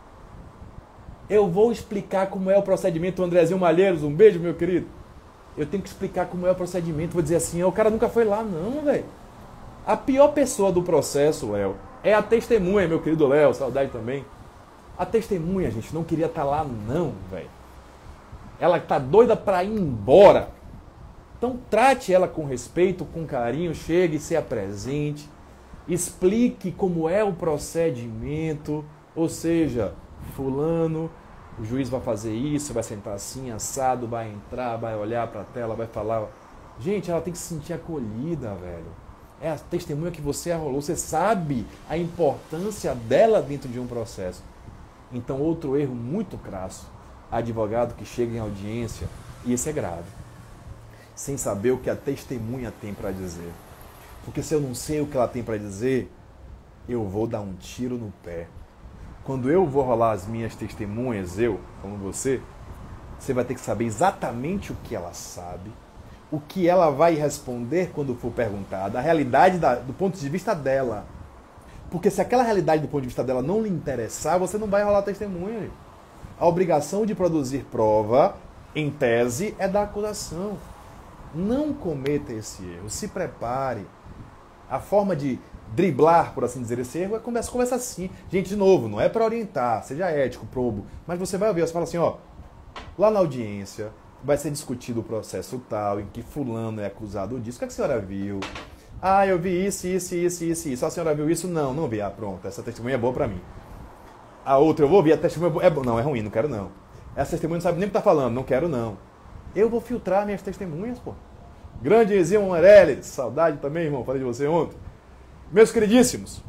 [SPEAKER 1] Eu vou explicar como é o procedimento, Andrezinho Malheiros, um beijo, meu querido. Eu tenho que explicar como é o procedimento, vou dizer assim, o cara nunca foi lá, não, velho. A pior pessoa do processo, Léo, é a testemunha, meu querido Léo, saudade também. A testemunha, gente, não queria estar lá, não, velho. Ela tá doida para ir embora. Então trate ela com respeito, com carinho, chegue, se apresente, explique como é o procedimento, ou seja, fulano, o juiz vai fazer isso, vai sentar assim, assado, vai entrar, vai olhar para a tela, vai falar. Gente, ela tem que se sentir acolhida, velho. É a testemunha que você arrolou, você sabe a importância dela dentro de um processo. Então, outro erro muito crasso, advogado que chega em audiência, e esse é grave, sem saber o que a testemunha tem para dizer. Porque se eu não sei o que ela tem para dizer, eu vou dar um tiro no pé. Quando eu vou rolar as minhas testemunhas, eu, como você, você vai ter que saber exatamente o que ela sabe, o que ela vai responder quando for perguntada, a realidade da, do ponto de vista dela. Porque se aquela realidade do ponto de vista dela não lhe interessar, você não vai rolar testemunha. A obrigação de produzir prova, em tese, é da acusação. Não cometa esse erro, se prepare. A forma de driblar, por assim dizer, esse erro é conversa, conversa assim. Gente, de novo, não é para orientar, seja ético, probo, mas você vai ouvir, você fala assim, ó, lá na audiência vai ser discutido o processo tal, em que fulano é acusado disso. O que a senhora viu? Ah, eu vi isso, isso, isso, isso, isso. A senhora viu isso? Não, não vi. Ah, pronto, essa testemunha é boa para mim. A outra eu vou ouvir, a testemunha é boa. Não, é ruim, não quero não. Essa testemunha não sabe nem o que tá falando, não quero não. Eu vou filtrar minhas testemunhas, pô. Grande Ezinho Morelli, saudade também, irmão, falei de você ontem. Meus queridíssimos,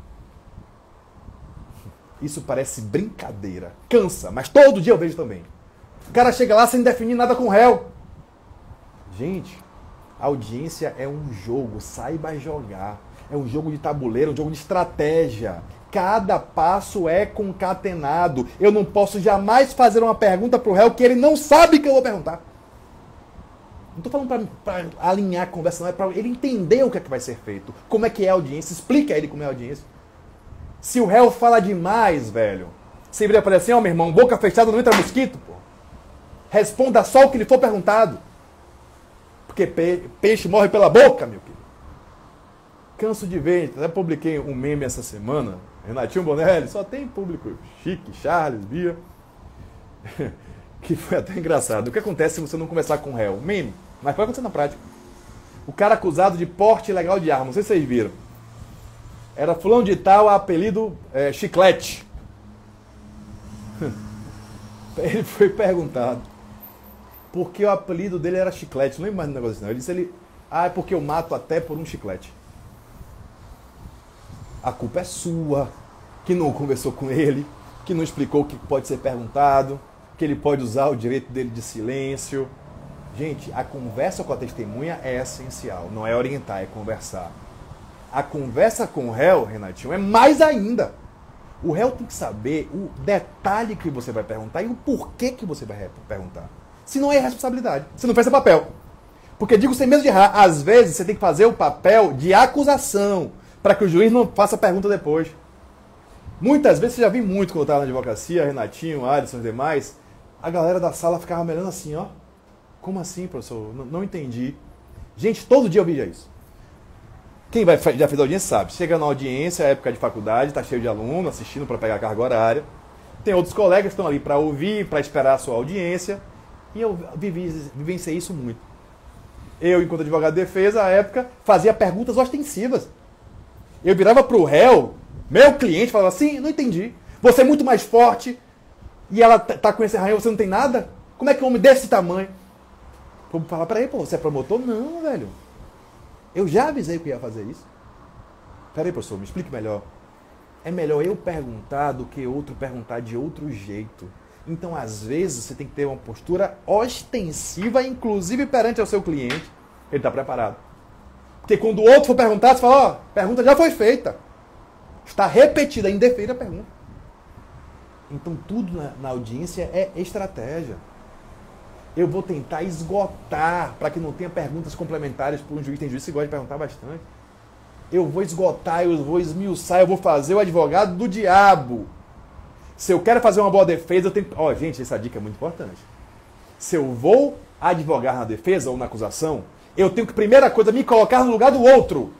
[SPEAKER 1] isso parece brincadeira, cansa, mas todo dia eu vejo também. O cara chega lá sem definir nada com o réu. Gente, a audiência é um jogo, saiba jogar. É um jogo de tabuleiro, um jogo de estratégia. Cada passo é concatenado. Eu não posso jamais fazer uma pergunta para o réu que ele não sabe que eu vou perguntar. Não estou falando para alinhar a conversa, não, é para ele entender o que é que vai ser feito. Como é que é a audiência, explica a ele como é a audiência. Se o réu fala demais, velho, você viria para assim, ó, meu irmão, boca fechada não entra mosquito, pô. Responda só o que lhe for perguntado. Porque pe peixe morre pela boca, meu querido. Canso de ver, até publiquei um meme essa semana, Renatinho Bonelli, só tem público chique, Charles, Bia, que foi até engraçado. O que acontece se você não conversar com o réu? Meme, mas pode acontecer na prática. O cara acusado de porte ilegal de arma, não sei se vocês viram. Era fulano de tal, apelido é, Chiclete. Ele foi perguntado por que o apelido dele era Chiclete. Não lembro mais do negócio assim, não. Ele disse, ele, ah, é porque eu mato até por um chiclete. A culpa é sua, que não conversou com ele, que não explicou o que pode ser perguntado, que ele pode usar o direito dele de silêncio. Gente, a conversa com a testemunha é essencial. Não é orientar, é conversar. A conversa com o réu, Renatinho, é mais ainda. O réu tem que saber o detalhe que você vai perguntar e o porquê que você vai perguntar. Se não é responsabilidade, você não fez seu papel. Porque, digo sem medo de errar, às vezes você tem que fazer o papel de acusação, para que o juiz não faça a pergunta depois. Muitas vezes, você já vi muito quando eu estava na advocacia, Renatinho, Alisson e demais, a galera da sala ficava me olhando assim, ó. Como assim, professor? Não, não entendi. Gente, todo dia eu via isso. Quem vai, já fez audiência sabe. Chega na audiência, é época de faculdade, está cheio de aluno assistindo para pegar a carga horária. Tem outros colegas que estão ali para ouvir, para esperar a sua audiência. E eu vivi, vivenciei isso muito. Eu, enquanto advogado de defesa, à época, fazia perguntas ostensivas. Eu virava para o réu, meu cliente, falava assim, não entendi. Você é muito mais forte e ela tá com esse arranhão, você não tem nada? Como é que um homem desse tamanho? Vou falar para ele, pô, você é promotor? Não, velho. Eu já avisei que ia fazer isso. Peraí, professor, me explique melhor. É melhor eu perguntar do que outro perguntar de outro jeito. Então, às vezes, você tem que ter uma postura ostensiva, inclusive perante ao seu cliente. Ele está preparado. Porque quando o outro for perguntar, você fala, ó, oh, pergunta já foi feita. Está repetida, indefeita a pergunta. Então, tudo na, na audiência é estratégia. Eu vou tentar esgotar para que não tenha perguntas complementares por um juiz. Tem juiz que gosta de perguntar bastante. Eu vou esgotar, eu vou esmiuçar, eu vou fazer o advogado do diabo. Se eu quero fazer uma boa defesa, eu tenho que... Ó, oh, gente, essa dica é muito importante. Se eu vou advogar na defesa ou na acusação, eu tenho que, primeira coisa, me colocar no lugar do outro.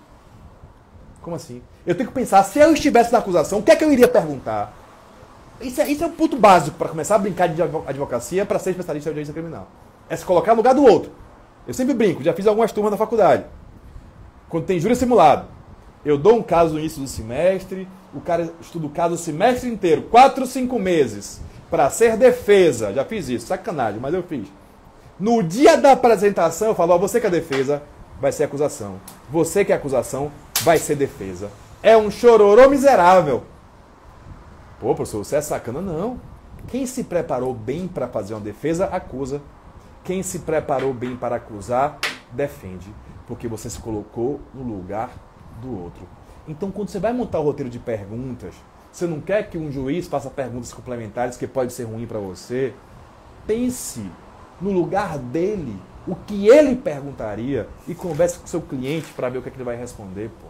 [SPEAKER 1] Como assim? Eu tenho que pensar, se eu estivesse na acusação, o que é que eu iria perguntar? Isso é, isso é um ponto básico para começar a brincar de advocacia para ser especialista em audiência criminal. É se colocar no lugar do outro. Eu sempre brinco, já fiz algumas turmas na faculdade. Quando tem júri simulado, eu dou um caso no início do semestre, o cara estuda o caso o semestre inteiro, quatro, cinco meses, para ser defesa. Já fiz isso, sacanagem, mas eu fiz. No dia da apresentação, eu falo, ó, você que é defesa, vai ser acusação. Você que é acusação, vai ser defesa. É um chororô miserável. Pô, professor, você é sacana? Não. Quem se preparou bem para fazer uma defesa, acusa. Quem se preparou bem para acusar, defende. Porque você se colocou no lugar do outro. Então, quando você vai montar o roteiro de perguntas, você não quer que um juiz faça perguntas complementares que pode ser ruim para você. Pense no lugar dele, o que ele perguntaria e converse com o seu cliente para ver o que, é que ele vai responder, pô.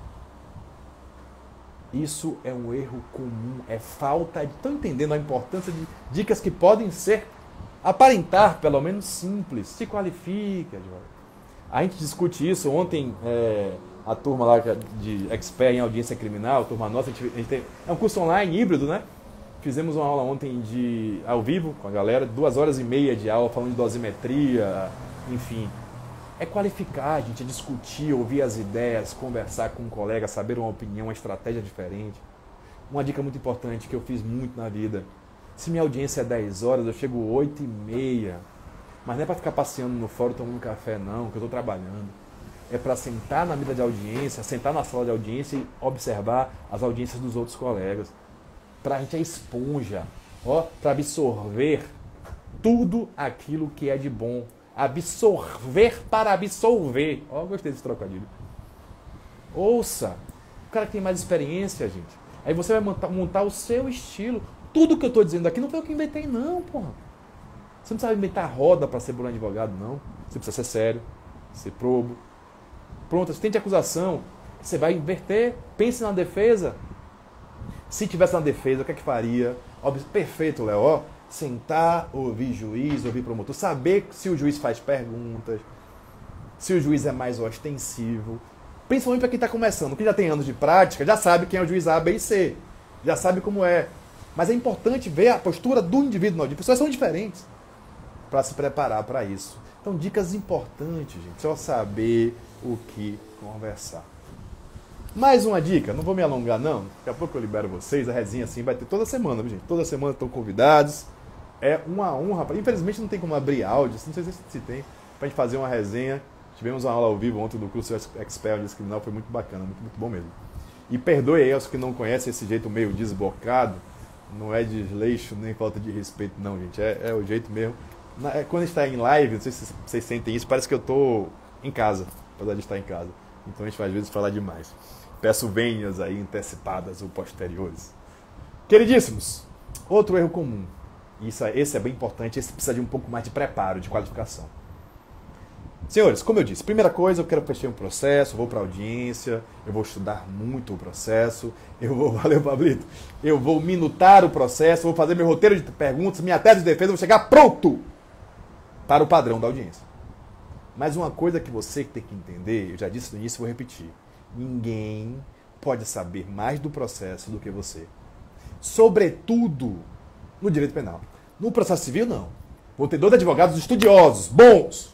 [SPEAKER 1] Isso é um erro comum, é falta de... Estão entendendo a importância de dicas que podem ser, aparentar, pelo menos simples. Se qualifique, advogado. A gente discute isso. Ontem, é, a turma lá de expert em audiência criminal, a turma nossa, a gente, a gente tem, é um curso online, híbrido, né? Fizemos uma aula ontem de, ao vivo com a galera, duas horas e meia de aula, falando de dosimetria, enfim. É qualificar, gente, é discutir, ouvir as ideias, conversar com um colega, saber uma opinião, uma estratégia diferente. Uma dica muito importante que eu fiz muito na vida. Se minha audiência é dez horas, eu chego oito e meia. Mas não é para ficar passeando no fórum tomando café, não, que eu estou trabalhando. É para sentar na mesa de audiência, sentar na sala de audiência e observar as audiências dos outros colegas. Para a gente é esponja, ó, para absorver tudo aquilo que é de bom. Absorver para absolver. Ó, oh, gostei desse trocadilho. Ouça. O cara que tem mais experiência, gente. Aí você vai montar, montar o seu estilo. Tudo que eu estou dizendo aqui não foi eu que inventei, não, porra. Você não sabe inventar roda para ser bom advogado, não. Você precisa ser sério, ser probo. Pronto, você tente acusação. Você vai inverter. Pense na defesa. Se tivesse na defesa, o que é que faria? Perfeito, Léo. Ó. Sentar, ouvir juiz, ouvir promotor, saber se o juiz faz perguntas, se o juiz é mais ostensivo, principalmente para quem está começando, quem já tem anos de prática, já sabe quem é o juiz A, B e C, já sabe como é, mas é importante ver a postura do indivíduo, não, de pessoas são diferentes, para se preparar para isso. Então, dicas importantes, gente, só saber o que conversar. Mais uma dica, não vou me alongar não, daqui a pouco eu libero vocês, a resenha assim vai ter toda semana, viu, gente? Toda semana estão convidados, é uma honra, infelizmente não tem como abrir áudio, não sei se tem, pra gente fazer uma resenha. Tivemos uma aula ao vivo ontem do curso Expert em Audiência Criminal, foi muito bacana, muito, muito bom mesmo. E perdoe aí os que não conhecem esse jeito meio desbocado, não é desleixo nem falta de respeito não, gente, é, é o jeito mesmo. Na, é, quando a gente está em live, não sei se vocês sentem isso, parece que eu estou em casa, apesar de estar em casa. Então a gente vai às vezes falar demais. Peço venhas aí antecipadas ou posteriores. Queridíssimos, outro erro comum. Isso, esse é bem importante, esse precisa de um pouco mais de preparo, de qualificação. Senhores, como eu disse, primeira coisa, eu quero fechar um processo, vou para a audiência, eu vou estudar muito o processo, eu vou, valeu Pablito, eu vou minutar o processo, vou fazer meu roteiro de perguntas, minha tese de defesa, vou chegar pronto para o padrão da audiência. Mas uma coisa que você tem que entender, eu já disse no início e vou repetir, ninguém pode saber mais do processo do que você. Sobretudo no direito penal. No processo civil, não. Vou ter dois advogados estudiosos, bons.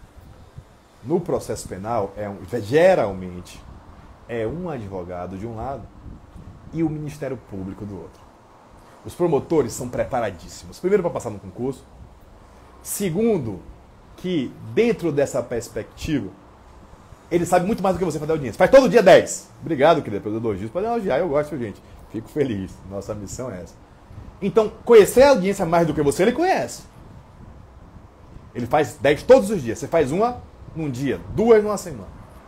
[SPEAKER 1] No processo penal, é um, geralmente, é um advogado de um lado e o Ministério Público do outro. Os promotores são preparadíssimos. Primeiro, para passar no concurso. Segundo, que dentro dessa perspectiva, ele sabe muito mais do que você fazer audiência. Faz todo dia dez. Obrigado, querido, pelos elogios. Pode elogiar, eu gosto, gente. Fico feliz. Nossa missão é essa. Então, conhecer a audiência mais do que você, ele conhece. Ele faz dez todos os dias. Você faz uma num dia, duas numa semana.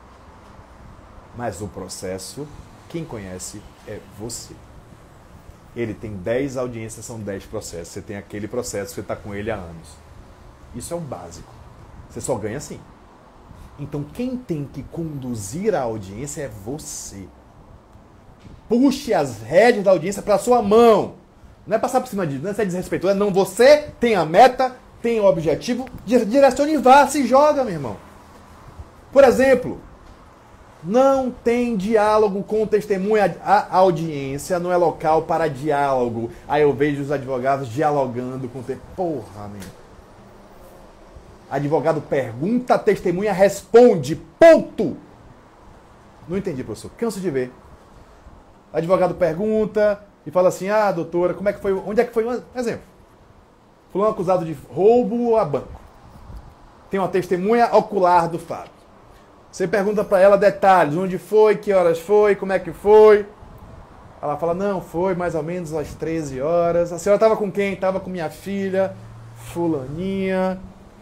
[SPEAKER 1] Mas o processo, quem conhece é você. Ele tem dez audiências, são dez processos. Você tem aquele processo, você está com ele há anos. Isso é o básico. Você só ganha assim. Então, quem tem que conduzir a audiência é você. Puxe as rédeas da audiência para a sua mão. Não é passar por cima disso, não é ser desrespeitoso. Não, você tem a meta, tem o objetivo, direcione e vá, se joga, meu irmão. Por exemplo, não tem diálogo com testemunha. A audiência não é local para diálogo. Aí eu vejo os advogados dialogando com testemunha. Porra, meu. Advogado pergunta, a testemunha responde. Ponto. Não entendi, professor. Canso de ver. Advogado pergunta e fala assim, ah, doutora, como é que foi? Onde é que foi? Um exemplo. Fulano acusado de roubo a banco. Tem uma testemunha ocular do fato. Você pergunta para ela detalhes, onde foi, que horas foi, como é que foi. Ela fala, não, foi mais ou menos às treze horas. A senhora estava com quem? Estava com minha filha, fulaninha.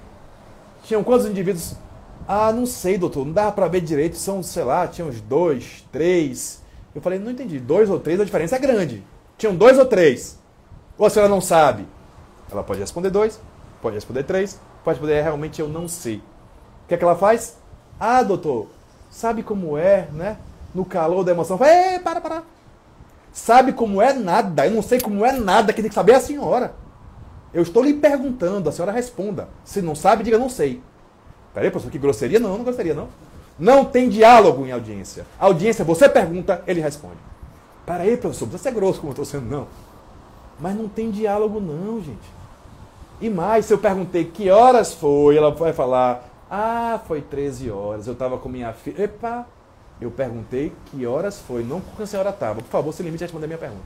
[SPEAKER 1] Tinham quantos indivíduos? Ah, não sei, doutor, não dava para ver direito, são, sei lá, tinha uns dois, três. Eu falei, não entendi, dois ou três, a diferença é grande. Tinham dois ou três. Ou a senhora não sabe? Ela pode responder dois, pode responder três, pode responder, realmente eu não sei. O que é que ela faz? Ah, doutor, sabe como é, né? No calor da emoção. Fala, ei, para, para. Sabe como é nada, eu não sei como é nada, que tem que saber a senhora. Eu estou lhe perguntando, a senhora responda. Se não sabe, diga não sei. Peraí, professor, que grosseria? Não, não grosseria, não. Não tem diálogo em audiência. A audiência, você pergunta, ele responde. Peraí, professor, não precisa ser grosso como eu estou sendo, não. Mas não tem diálogo não, gente. E mais, se eu perguntei que horas foi, ela vai falar, ah, foi treze horas, eu estava com minha filha. Epa, eu perguntei que horas foi, não com a senhora estava. Por favor, se limite a responder a minha pergunta.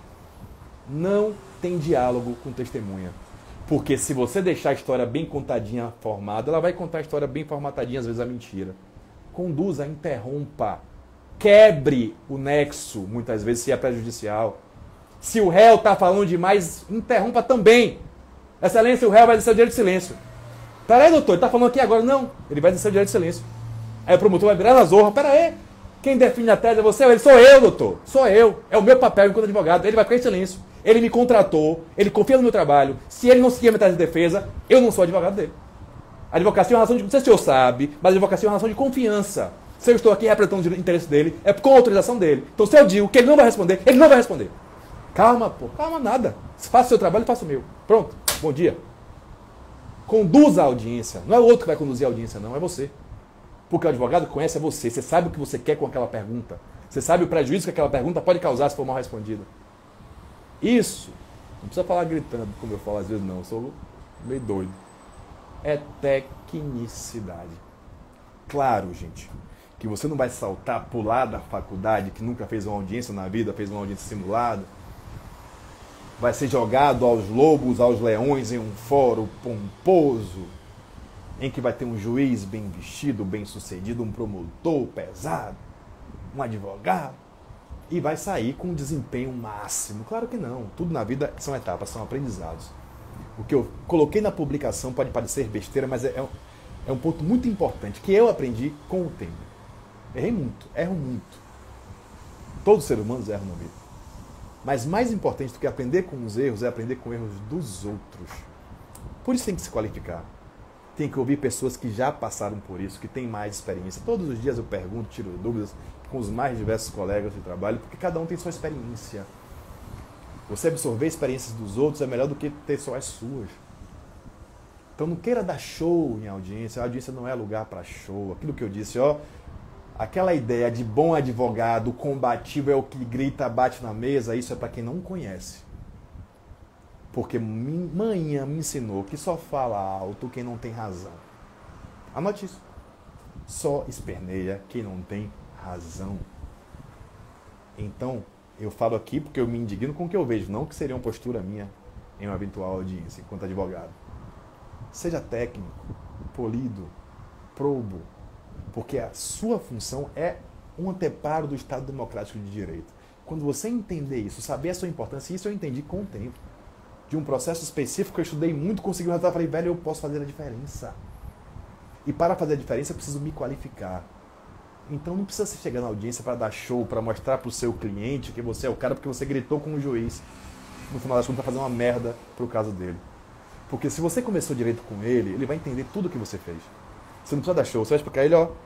[SPEAKER 1] Não tem diálogo com testemunha. Porque se você deixar a história bem contadinha, formada, ela vai contar a história bem formatadinha, às vezes a mentira. Conduza, interrompa. Quebre o nexo, muitas vezes, se é prejudicial. Se o réu está falando demais, interrompa também. Excelência, o réu vai exercer o direito de silêncio. Peraí, doutor, ele está falando aqui agora. Não, ele vai exercer o direito de silêncio. Aí o promotor vai virar na zorra. Peraí, quem define a tese é você ou ele? Sou eu, doutor. Sou eu. É o meu papel enquanto advogado. Ele vai ficar em silêncio. Ele me contratou, ele confia no meu trabalho. Se ele não seguir a minha tese de defesa, eu não sou advogado dele. A advocacia é uma relação de... Não sei se o senhor sabe, mas a advocacia é uma relação de confiança. Se eu estou aqui representando o interesse dele, é com a autorização dele. Então se eu digo que ele não vai responder, ele não vai responder. Calma, pô. Calma nada. Faça o seu trabalho e faça o meu. Pronto. Bom dia. Conduza a audiência. Não é o outro que vai conduzir a audiência, não. É você. Porque o advogado conhece é você. Você sabe o que você quer com aquela pergunta. Você sabe o prejuízo que aquela pergunta pode causar se for mal respondida. Isso. Não precisa falar gritando, como eu falo às vezes, não. Eu sou meio doido. é tecnicidade. Claro, gente, que você não vai saltar, pular da faculdade, que nunca fez uma audiência na vida, fez uma audiência simulada, vai ser jogado aos lobos, aos leões em um fórum pomposo, em que vai ter um juiz bem vestido, bem sucedido, um promotor pesado, um advogado, e vai sair com um desempenho máximo. Claro que não. Tudo na vida são etapas, são aprendizados. O que eu coloquei na publicação pode parecer besteira, mas é, é um ponto muito importante que eu aprendi com o tempo. Errei muito, erro muito. Todos os seres humanos erram na vida. Mas mais importante do que aprender com os erros é aprender com erros dos outros. Por isso tem que se qualificar. Tem que ouvir pessoas que já passaram por isso, que têm mais experiência. Todos os dias eu pergunto, tiro dúvidas com os mais diversos colegas de trabalho, porque cada um tem sua experiência. Você absorver experiências dos outros é melhor do que ter só as suas. Então não queira dar show em audiência. A audiência não é lugar para show. Aquilo que eu disse, ó, aquela ideia de bom advogado, combativo é o que grita, bate na mesa, isso é para quem não conhece. Porque manhã me ensinou que só fala alto quem não tem razão. Anote isso. Só esperneia quem não tem razão. Então, eu falo aqui porque eu me indigno com o que eu vejo, não que seria uma postura minha em uma eventual audiência, enquanto advogado. Seja técnico, polido, probo, porque a sua função é um anteparo do Estado Democrático de Direito. Quando você entender isso, saber a sua importância, isso eu entendi com o tempo. De um processo específico, eu estudei muito, consegui um resultado, falei, velho, eu posso fazer a diferença. E para fazer a diferença, eu preciso me qualificar. Então não precisa você chegar na audiência para dar show, para mostrar para o seu cliente que você é o cara porque você gritou com o juiz. No final das contas, vai fazer uma merda pro caso dele. Porque se você começou direito com ele, ele vai entender tudo o que você fez. Você não precisa dar show, você vai explicar a ele, ó,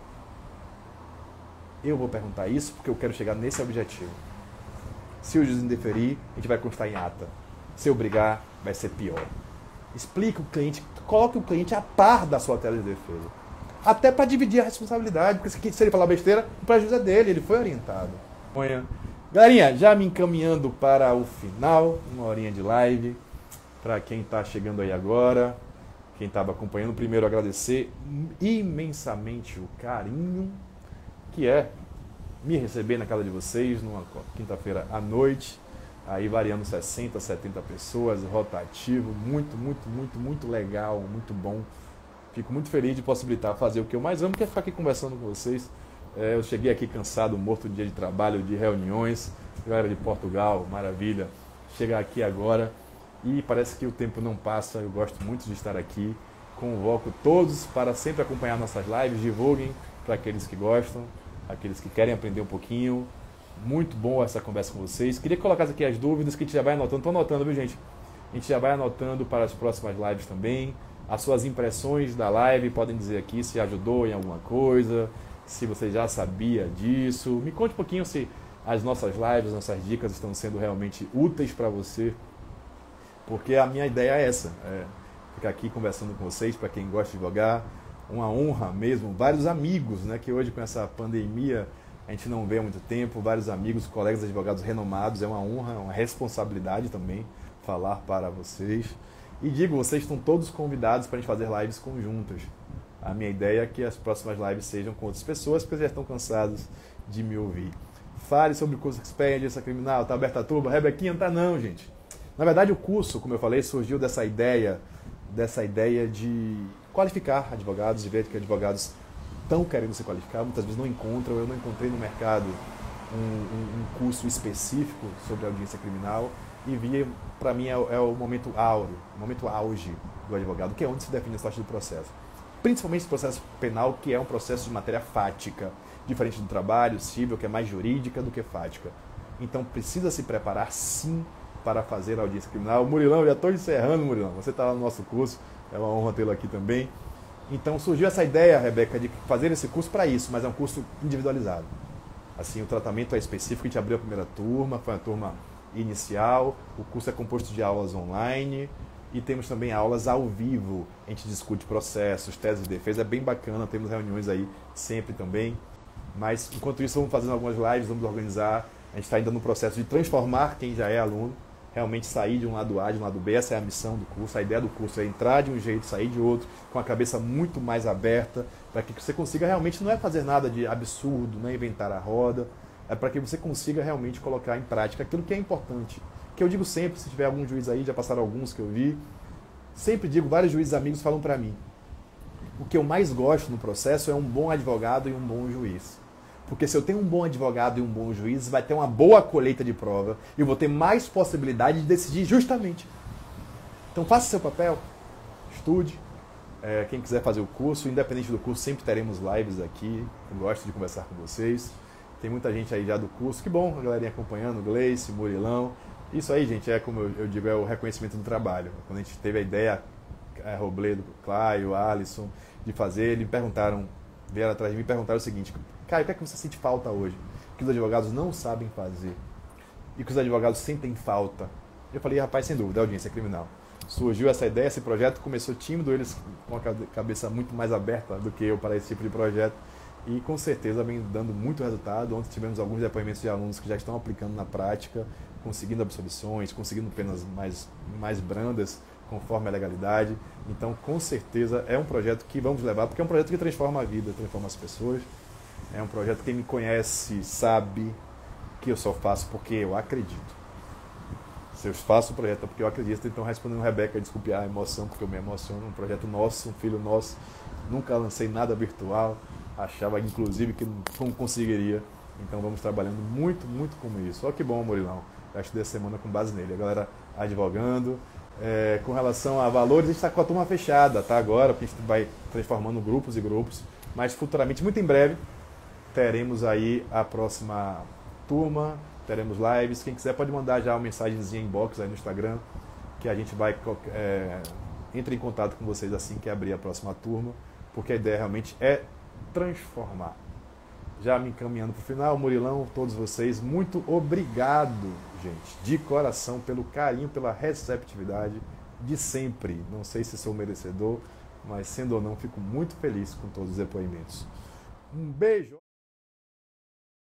[SPEAKER 1] eu vou perguntar isso porque eu quero chegar nesse objetivo. Se o juiz indeferir, a gente vai constar em ata. Se eu brigar, vai ser pior. Explique o cliente, coloque o cliente a par da sua tela de defesa. Até para dividir a responsabilidade, porque se ele falar besteira, o prejuízo é dele, ele foi orientado. Galerinha, já me encaminhando para o final, uma horinha de live, para quem está chegando aí agora, quem estava acompanhando, primeiro agradecer imensamente o carinho que é me receber na casa de vocês, numa quinta-feira à noite, aí variando sessenta, setenta pessoas, rotativo, muito, muito, muito, muito legal, muito bom. Fico muito feliz de possibilitar fazer o que eu mais amo, que é ficar aqui conversando com vocês. É, eu cheguei aqui cansado, morto de dia de trabalho, de reuniões, galera de Portugal, maravilha, chegar aqui agora e parece que o tempo não passa, eu gosto muito de estar aqui, convoco todos para sempre acompanhar nossas lives, divulguem para aqueles que gostam, aqueles que querem aprender um pouquinho. Muito bom essa conversa com vocês. Queria colocar aqui as dúvidas que a gente já vai anotando. Estou anotando, viu, gente? A gente já vai anotando para as próximas lives também. As suas impressões da live podem dizer aqui se ajudou em alguma coisa, se você já sabia disso. Me conte um pouquinho se as nossas lives, nossas dicas estão sendo realmente úteis para você. Porque a minha ideia é essa. É ficar aqui conversando com vocês, para quem gosta de advogar. Uma honra mesmo. Vários amigos, né, que hoje com essa pandemia a gente não vê há muito tempo, vários amigos, colegas advogados renomados, é uma honra, uma responsabilidade também falar para vocês. E digo, vocês estão todos convidados para a gente fazer lives conjuntas. A minha ideia é que as próximas lives sejam com outras pessoas, porque já estão cansados de me ouvir. Fale sobre o curso Experiência Criminal, está aberta a turma? Rebequinha, não está não, gente. Na verdade, o curso, como eu falei, surgiu dessa ideia, dessa ideia de qualificar advogados, de ver que advogados estão querendo se qualificar, muitas vezes não encontram. Eu não encontrei no mercado um, um, um curso específico sobre audiência criminal e vi, para mim, é, é o momento áureo, o momento auge do advogado, que é onde se define a sorte do processo. Principalmente esse processo penal, que é um processo de matéria fática, diferente do trabalho civil, que é mais jurídica do que fática. Então precisa se preparar, sim, para fazer a audiência criminal. Murilão, já estou encerrando, Murilão, você está lá no nosso curso, é uma honra tê-lo aqui também. Então surgiu essa ideia, Rebeca, de fazer esse curso para isso, mas é um curso individualizado. Assim, o tratamento é específico, a gente abriu a primeira turma, foi uma turma inicial, o curso é composto de aulas online e temos também aulas ao vivo. A gente discute processos, teses de defesa, é bem bacana, temos reuniões aí sempre também. Mas enquanto isso, vamos fazendo algumas lives, vamos organizar. A gente está ainda no processo de transformar quem já é aluno realmente sair de um lado A, de um lado B. Essa é a missão do curso. A ideia do curso é entrar de um jeito, sair de outro, com a cabeça muito mais aberta, para que você consiga realmente, não é fazer nada de absurdo, não é inventar a roda, é para que você consiga realmente colocar em prática aquilo que é importante. Que eu digo sempre, se tiver algum juiz aí, já passaram alguns que eu vi, sempre digo, vários juízes amigos falam para mim, o que eu mais gosto no processo é um bom advogado e um bom juiz. Porque se eu tenho um bom advogado e um bom juiz, vai ter uma boa colheita de prova e eu vou ter mais possibilidade de decidir justamente. Então faça seu papel, estude. É, quem quiser fazer o curso, independente do curso, sempre teremos lives aqui. Eu gosto de conversar com vocês. Tem muita gente aí já do curso. Que bom, a galerinha acompanhando, Gleice, Murilão. Isso aí, gente, é como eu digo, é o reconhecimento do trabalho. Quando a gente teve a ideia, a Robledo, Claio, Alisson, de fazer, eles me perguntaram, vieram atrás de mim e perguntaram o seguinte: Caio, o que é que você sente falta hoje? Que os advogados não sabem fazer e que os advogados sentem falta. Eu falei, rapaz, sem dúvida, a audiência criminal. Surgiu essa ideia, esse projeto começou tímido, eles com a cabeça muito mais aberta do que eu para esse tipo de projeto e com certeza vem dando muito resultado. Ontem tivemos alguns depoimentos de alunos que já estão aplicando na prática, conseguindo absolvições, conseguindo penas mais, mais brandas, conforme a legalidade. Então, com certeza, é um projeto que vamos levar, porque é um projeto que transforma a vida, transforma as pessoas. É um projeto que quem me conhece sabe que eu só faço porque eu acredito. Se eu faço o projeto é porque eu acredito. Então, respondendo a Rebeca, desculpe a emoção, porque eu me emociono. Um projeto nosso, um filho nosso. Nunca lancei nada virtual. Achava, inclusive, que não conseguiria. Então, vamos trabalhando muito, muito com isso. Olha que bom, Murilão. Eu acho dessa semana com base nele. A galera advogando. É, com relação a valores, a gente está com a turma fechada, tá? Agora, porque a gente vai transformando grupos e grupos. Mas futuramente, muito em breve, teremos aí a próxima turma, teremos lives. Quem quiser pode mandar já uma mensagenzinha inbox aí no Instagram, que a gente vai é, entre em contato com vocês assim que abrir a próxima turma, porque a ideia realmente é transformar. Já me encaminhando para o final, Murilão, todos vocês, muito obrigado, gente, de coração, pelo carinho, pela receptividade de sempre. Não sei se sou merecedor, mas sendo ou não, fico muito feliz com todos os depoimentos. Um beijo!